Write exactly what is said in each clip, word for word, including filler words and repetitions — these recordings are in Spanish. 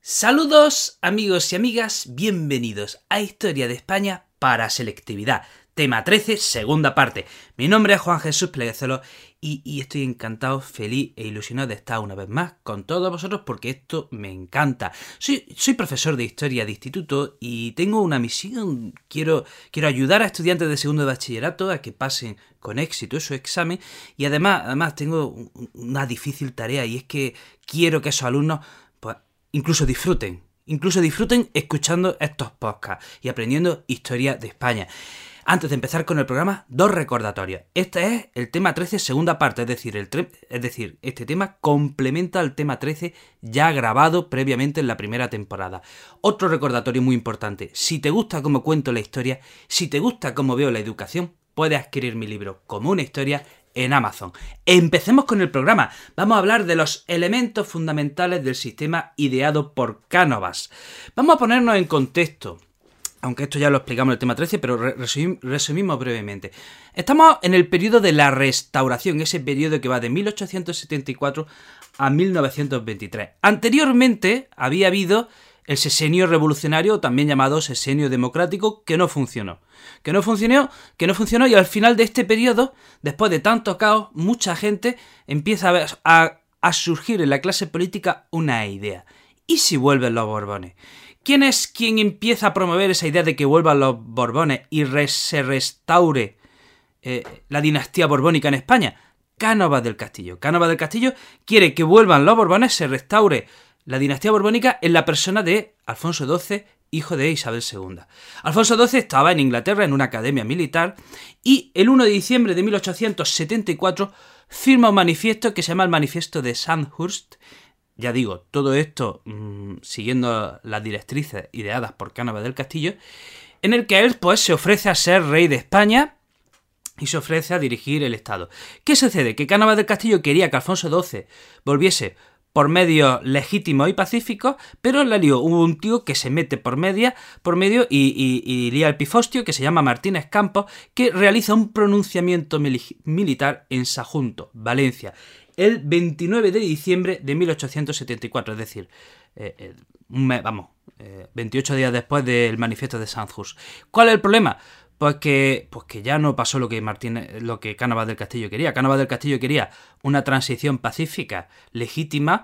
Saludos amigos y amigas, bienvenidos a Historia de España para Selectividad, tema trece, segunda parte. Mi nombre es Juan Jesús Pleguezolo y, y estoy encantado, feliz e ilusionado de estar una vez más con todos vosotros porque esto me encanta. Soy, soy profesor de Historia de Instituto y tengo una misión. Quiero, quiero ayudar a estudiantes de segundo de bachillerato a que pasen con éxito su examen y además, además tengo una difícil tarea y es que quiero que esos alumnos pues, incluso disfruten, incluso disfruten escuchando estos podcasts y aprendiendo historia de España. Antes de empezar con el programa, dos recordatorios. Este es el tema trece, segunda parte, es decir, el tre- es decir, este tema complementa al tema trece ya grabado previamente en la primera temporada. Otro recordatorio muy importante, si te gusta cómo cuento la historia, si te gusta cómo veo la educación, puedes adquirir mi libro Como una historia en Amazon. Empecemos con el programa. Vamos a hablar de los elementos fundamentales del sistema ideado por Cánovas. Vamos a ponernos en contexto, aunque esto ya lo explicamos en el tema trece, pero resum- resumimos brevemente. Estamos en el periodo de la Restauración, ese periodo que va de mil ochocientos setenta y cuatro a mil novecientos veintitrés. Anteriormente había habido el sesenio revolucionario, también llamado sesenio democrático, que no funcionó. Que no funcionó, que no funcionó y al final de este periodo, después de tanto caos, mucha gente empieza a, ver, a, a surgir en la clase política una idea. ¿Y si vuelven los Borbones? ¿Quién es quien empieza a promover esa idea de que vuelvan los Borbones y re, se restaure eh, la dinastía borbónica en España? Cánovas del Castillo. Cánovas del Castillo quiere que vuelvan los Borbones, se restaure la dinastía borbónica en la persona de Alfonso doce, hijo de Isabel segunda. Alfonso doce estaba en Inglaterra en una academia militar y el primero de diciembre de mil ochocientos setenta y cuatro firma un manifiesto que se llama el Manifiesto de Sandhurst. Ya digo, todo esto mmm, siguiendo las directrices ideadas por Cánovas del Castillo, en el que él pues se ofrece a ser rey de España y se ofrece a dirigir el Estado. ¿Qué sucede? Que Cánovas del Castillo quería que Alfonso doce volviese por medios legítimos y pacíficos, pero la lío. Hubo un tío que se mete por media, por medio y, y, y lía el pifostio, que se llama Martínez Campos, que realiza un pronunciamiento mili- militar en Sagunto, Valencia, el veintinueve de diciembre de mil ochocientos setenta y cuatro, es decir, eh, eh, un mes, vamos, eh, veintiocho días después del manifiesto de Sandhurst. ¿Cuál es el problema? Pues que, pues que ya no pasó lo que Martínez, lo que Cánovas del Castillo quería. Cánovas del Castillo quería una transición pacífica, legítima,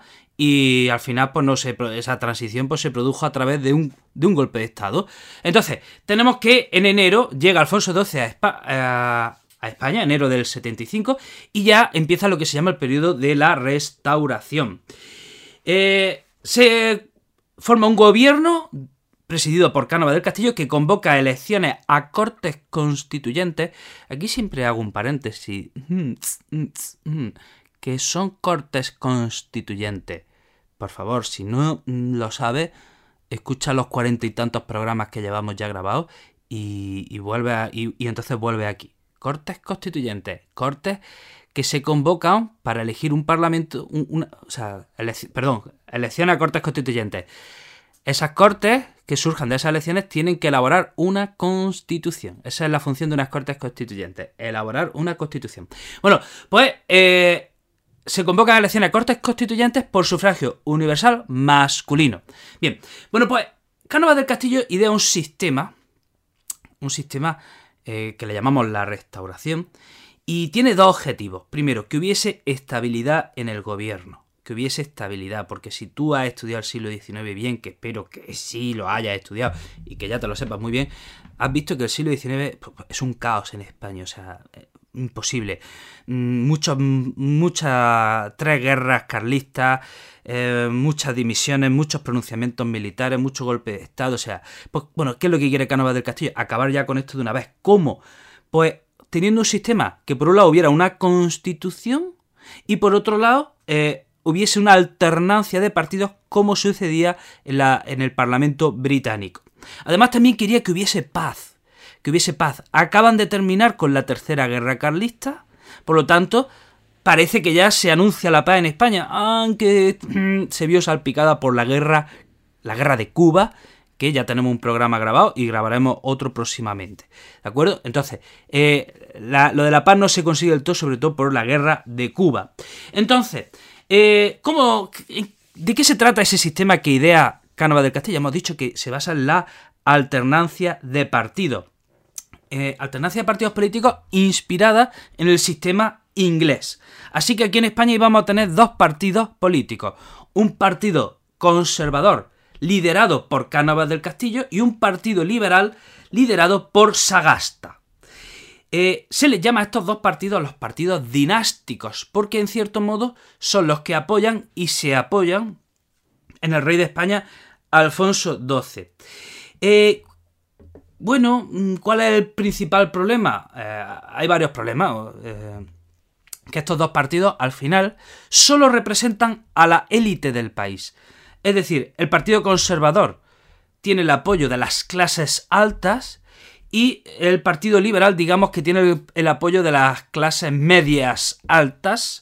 y al final pues no se, esa transición pues se produjo a través de un, de un golpe de Estado. Entonces, tenemos que en enero llega Alfonso doce a, Espa, a, a España, enero del setenta y cinco, y ya empieza lo que se llama el periodo de la Restauración. Eh, se forma un gobierno presidido por Cánovas del Castillo, que convoca elecciones a Cortes Constituyentes. Aquí siempre hago un paréntesis. Que son Cortes Constituyentes. Por favor, si no lo sabes, escucha los cuarenta y tantos programas que llevamos ya grabados y, y, vuelve a, y, y entonces vuelve aquí. Cortes Constituyentes. Cortes que se convocan para elegir un parlamento... Un, una, o sea, elec- perdón, elecciones a Cortes Constituyentes. Esas cortes que surjan de esas elecciones tienen que elaborar una constitución. Esa es la función de unas cortes constituyentes, elaborar una constitución. Bueno, pues eh, se convocan elecciones a cortes constituyentes por sufragio universal masculino. Bien, bueno, pues Cánovas del Castillo idea un sistema, un sistema eh, que le llamamos la Restauración, y tiene dos objetivos. Primero, que hubiese estabilidad en el gobierno. Que hubiese estabilidad, porque si tú has estudiado el siglo diecinueve bien, que espero que sí lo hayas estudiado y que ya te lo sepas muy bien, has visto que el siglo diecinueve es un caos en España, o sea, imposible. Muchos, muchas, tres guerras carlistas, eh, muchas dimisiones, muchos pronunciamientos militares, muchos golpes de Estado, o sea, pues bueno, ¿qué es lo que quiere Cánovas del Castillo? Acabar ya con esto de una vez. ¿Cómo? Pues teniendo un sistema que por un lado hubiera una constitución y por otro lado eh, hubiese una alternancia de partidos como sucedía en, la, en el Parlamento británico. Además también quería que hubiese paz, que hubiese paz. Acaban de terminar con la Tercera Guerra Carlista, por lo tanto parece que ya se anuncia la paz en España, aunque mmm, se vio salpicada por la guerra, la guerra de Cuba, que ya tenemos un programa grabado y grabaremos otro próximamente, ¿de acuerdo? Entonces, eh, la, lo de la paz no se consigue del todo, sobre todo por la guerra de Cuba. Entonces, Eh, ¿cómo, ¿de qué se trata ese sistema que idea Cánovas del Castillo. Hemos dicho que se basa en la alternancia de partidos. Eh, alternancia de partidos políticos inspirada en el sistema inglés. Así que aquí en España íbamos a tener dos partidos políticos. Un partido conservador liderado por Cánovas del Castillo y un partido liberal liderado por Sagasta. Eh, se les llama a estos dos partidos los partidos dinásticos, porque en cierto modo son los que apoyan y se apoyan en el rey de España, Alfonso doce. Eh, bueno, ¿cuál es el principal problema? Eh, hay varios problemas. Eh, que estos dos partidos, al final, solo representan a la élite del país. Es decir, el Partido Conservador tiene el apoyo de las clases altas y el Partido Liberal, digamos que tiene el, el apoyo de las clases medias altas,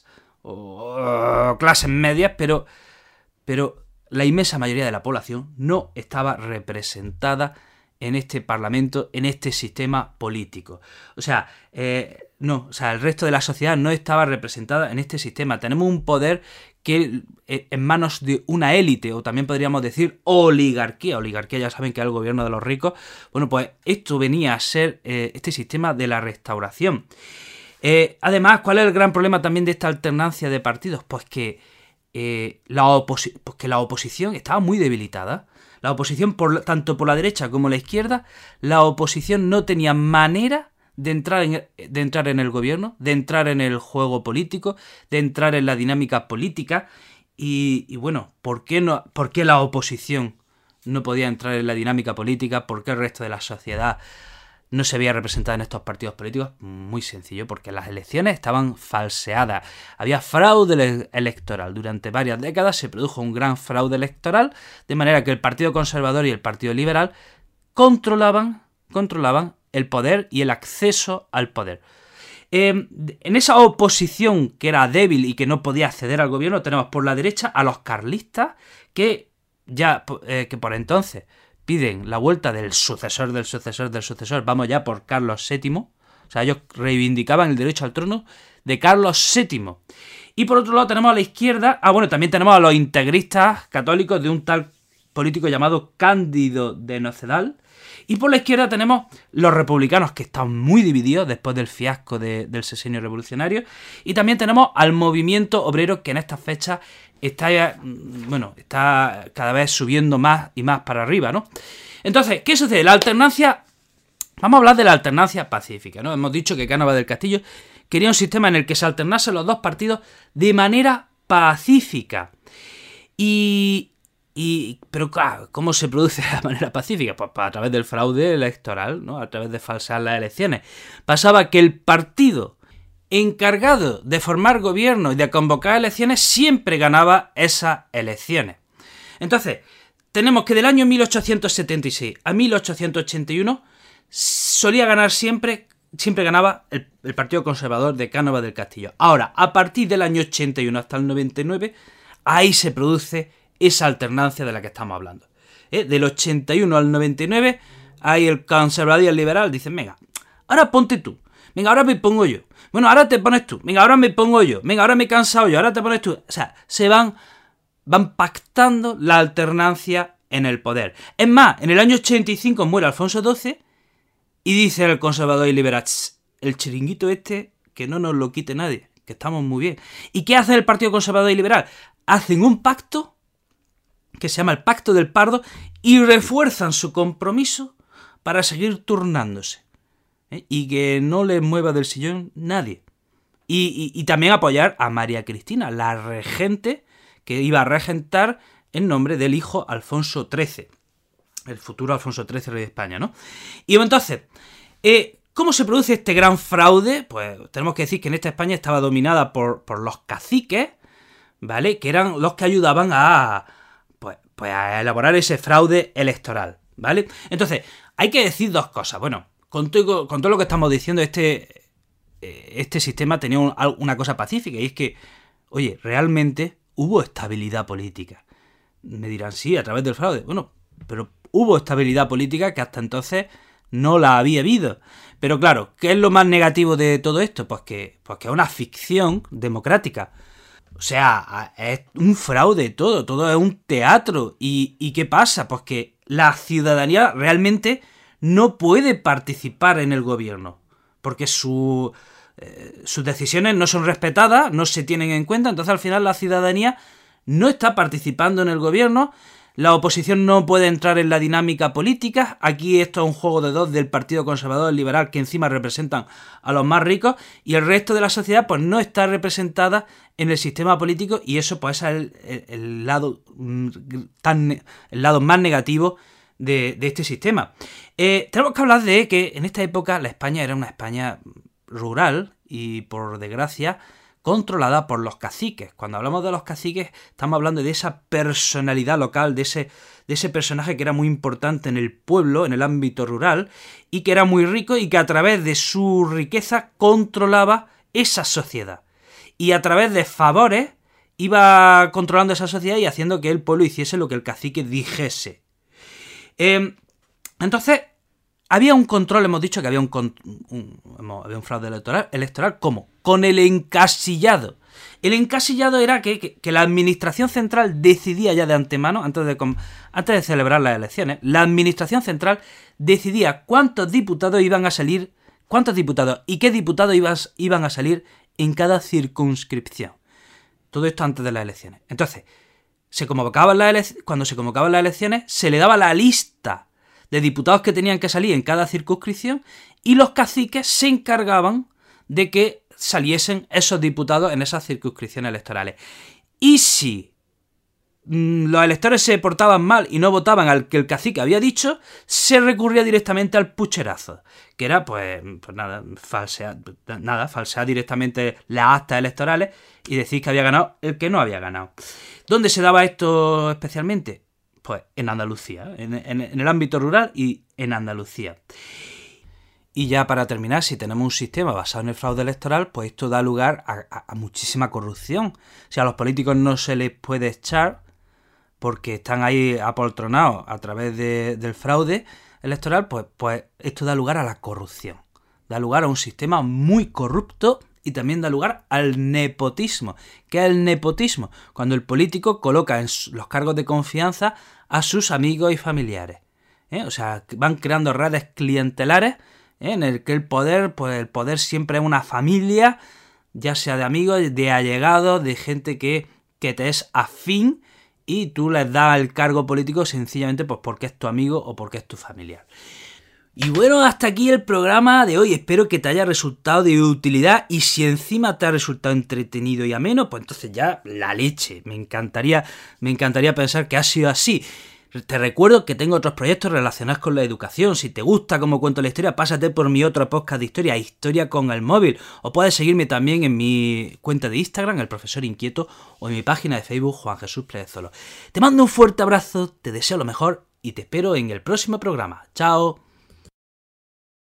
o clases medias, pero, pero la inmensa mayoría de la población no estaba representada en este parlamento, en este sistema político. O sea, eh, no, o sea, el resto de la sociedad no estaba representada en este sistema. Tenemos un poder que eh, en manos de una élite, o también podríamos decir oligarquía. Oligarquía, ya saben que es el gobierno de los ricos. Bueno, pues esto venía a ser eh, este sistema de la Restauración. Eh, además, ¿cuál es el gran problema también de esta alternancia de partidos? Pues que, eh, la, oposi- pues que la oposición estaba muy debilitada. La oposición, por, tanto por la derecha como la izquierda, la oposición no tenía manera de entrar, en, de entrar en el gobierno, de entrar en el juego político, de entrar en la dinámica política. Y, y bueno, ¿por qué, no, ¿por qué la oposición no podía entrar en la dinámica política? ¿Por qué el resto de la sociedad no se veía representada en estos partidos políticos? Muy sencillo, porque las elecciones estaban falseadas. Había fraude electoral. Durante varias décadas se produjo un gran fraude electoral, de manera que el Partido Conservador y el Partido Liberal controlaban, controlaban el poder y el acceso al poder. Eh, en esa oposición que era débil y que no podía acceder al gobierno, tenemos por la derecha a los carlistas, que ya eh, que por entonces piden la vuelta del sucesor del sucesor del sucesor, vamos ya por Carlos séptimo, o sea, ellos reivindicaban el derecho al trono de Carlos séptimo. Y por otro lado tenemos a la izquierda, ah bueno, también tenemos a los integristas católicos de un tal político llamado Cándido de Nocedal, y por la izquierda tenemos los republicanos, que están muy divididos después del fiasco de, del sexenio revolucionario, y también tenemos al movimiento obrero, que en estas fechas está, bueno, está cada vez subiendo más y más para arriba, ¿no? Entonces, ¿qué sucede? La alternancia, vamos a hablar de la alternancia pacífica, ¿no? Hemos dicho que Cánovas del Castillo quería un sistema en el que se alternasen los dos partidos de manera pacífica. Y... Y, pero claro, ¿cómo se produce de manera pacífica? Pues a través del fraude electoral, ¿no? A través de falsear las elecciones. Pasaba que el partido encargado de formar gobierno y de convocar elecciones siempre ganaba esas elecciones. Entonces, tenemos que del año mil ochocientos setenta y seis a mil ochocientos ochenta y uno solía ganar siempre, siempre ganaba el, el Partido Conservador de Cánovas del Castillo. Ahora, a partir del año ochenta y uno hasta el noventa y nueve, ahí se produce esa alternancia de la que estamos hablando. ¿Eh? Del ochenta y uno al noventa y nueve, ahí el conservador y el liberal dicen, venga, ahora ponte tú, venga, ahora me pongo yo, bueno, ahora te pones tú, venga, ahora me pongo yo, venga, ahora me he cansado yo, ahora te pones tú. O sea, se van, van pactando la alternancia en el poder. Es más, en el año ochenta y cinco muere Alfonso doce y dice el conservador y liberal, el chiringuito este, que no nos lo quite nadie, que estamos muy bien. ¿Y qué hace el Partido Conservador y Liberal? Hacen un pacto que se llama el Pacto del Pardo, y refuerzan su compromiso para seguir turnándose, ¿eh? Y que no les mueva del sillón nadie. Y, y, y también apoyar a María Cristina, la regente que iba a regentar en nombre del hijo Alfonso trece, el futuro Alfonso trece, rey de España, ¿no? Y entonces, eh, ¿cómo se produce este gran fraude? Pues tenemos que decir que en esta España estaba dominada por, por los caciques, ¿vale? Que eran los que ayudaban a... Pues, pues a elaborar ese fraude electoral, ¿vale? Entonces, hay que decir dos cosas. Bueno, con todo, con todo lo que estamos diciendo, este, este sistema tenía un, una cosa pacífica, y es que, oye, realmente hubo estabilidad política. Me dirán, sí, a través del fraude. Bueno, pero hubo estabilidad política que hasta entonces no la había habido. Pero claro, ¿qué es lo más negativo de todo esto? Pues que, pues que es una ficción democrática. O sea, es un fraude todo, todo es un teatro. ¿Y, y qué pasa? Pues que la ciudadanía realmente no puede participar en el gobierno, porque su, eh, sus decisiones no son respetadas, no se tienen en cuenta, entonces al final la ciudadanía no está participando en el gobierno, la oposición no puede entrar en la dinámica política, aquí esto es un juego de dos del Partido Conservador Liberal que encima representan a los más ricos y el resto de la sociedad pues no está representada en el sistema político y eso pues es el, el, el lado tan el lado más negativo de, de este sistema. Eh, tenemos que hablar de que en esta época la España era una España rural y por desgracia controlada por los caciques. Cuando hablamos de los caciques estamos hablando de esa personalidad local, de ese, de ese personaje que era muy importante en el pueblo, en el ámbito rural, y que era muy rico y que a través de su riqueza controlaba esa sociedad. Y a través de favores iba controlando esa sociedad y haciendo que el pueblo hiciese lo que el cacique dijese. Eh, entonces, había un control, hemos dicho que había un, un, un, había un fraude electoral. ¿Electoral cómo? Con el encasillado. El encasillado era que, que, que la administración central decidía ya de antemano, antes de, antes de celebrar las elecciones, la administración central decidía cuántos diputados iban a salir, cuántos diputados y qué diputados ibas, iban a salir en cada circunscripción. Todo esto antes de las elecciones. Entonces, se convocaban las ele- cuando se convocaban las elecciones, se le daba la lista de diputados que tenían que salir en cada circunscripción y los caciques se encargaban de que saliesen esos diputados en esas circunscripciones electorales. Y si mmm, los electores se portaban mal y no votaban al que el cacique había dicho, se recurría directamente al pucherazo, que era pues, pues nada, falsear, nada, falsear directamente las actas electorales y decir que había ganado el que no había ganado. ¿Dónde se daba esto especialmente? Pues en Andalucía, en, en, en el ámbito rural y en Andalucía. Y ya para terminar, si tenemos un sistema basado en el fraude electoral, pues esto da lugar a, a, a muchísima corrupción. O sea, a los políticos no se les puede echar porque están ahí apoltronados a través de, del fraude electoral, pues, pues esto da lugar a la corrupción. Da lugar a un sistema muy corrupto y también da lugar al nepotismo. ¿Qué es el nepotismo? Cuando el político coloca en los cargos de confianza a sus amigos y familiares. ¿Eh? O sea, van creando redes clientelares ¿eh? en el que el poder, pues el poder siempre es una familia, ya sea de amigos, de allegados, de gente que, que te es afín y tú les das el cargo político sencillamente pues porque es tu amigo o porque es tu familiar. Y bueno, hasta aquí el programa de hoy. Espero que te haya resultado de utilidad y si encima te ha resultado entretenido y ameno, pues entonces ya la leche. Me encantaría, me encantaría pensar que ha sido así. Te recuerdo que tengo otros proyectos relacionados con la educación. Si te gusta cómo cuento la historia, pásate por mi otro podcast de historia, Historia con el móvil. O puedes seguirme también en mi cuenta de Instagram, El Profesor Inquieto, o en mi página de Facebook, Juan Jesús Pérez Solo. Te mando un fuerte abrazo, te deseo lo mejor y te espero en el próximo programa. ¡Chao!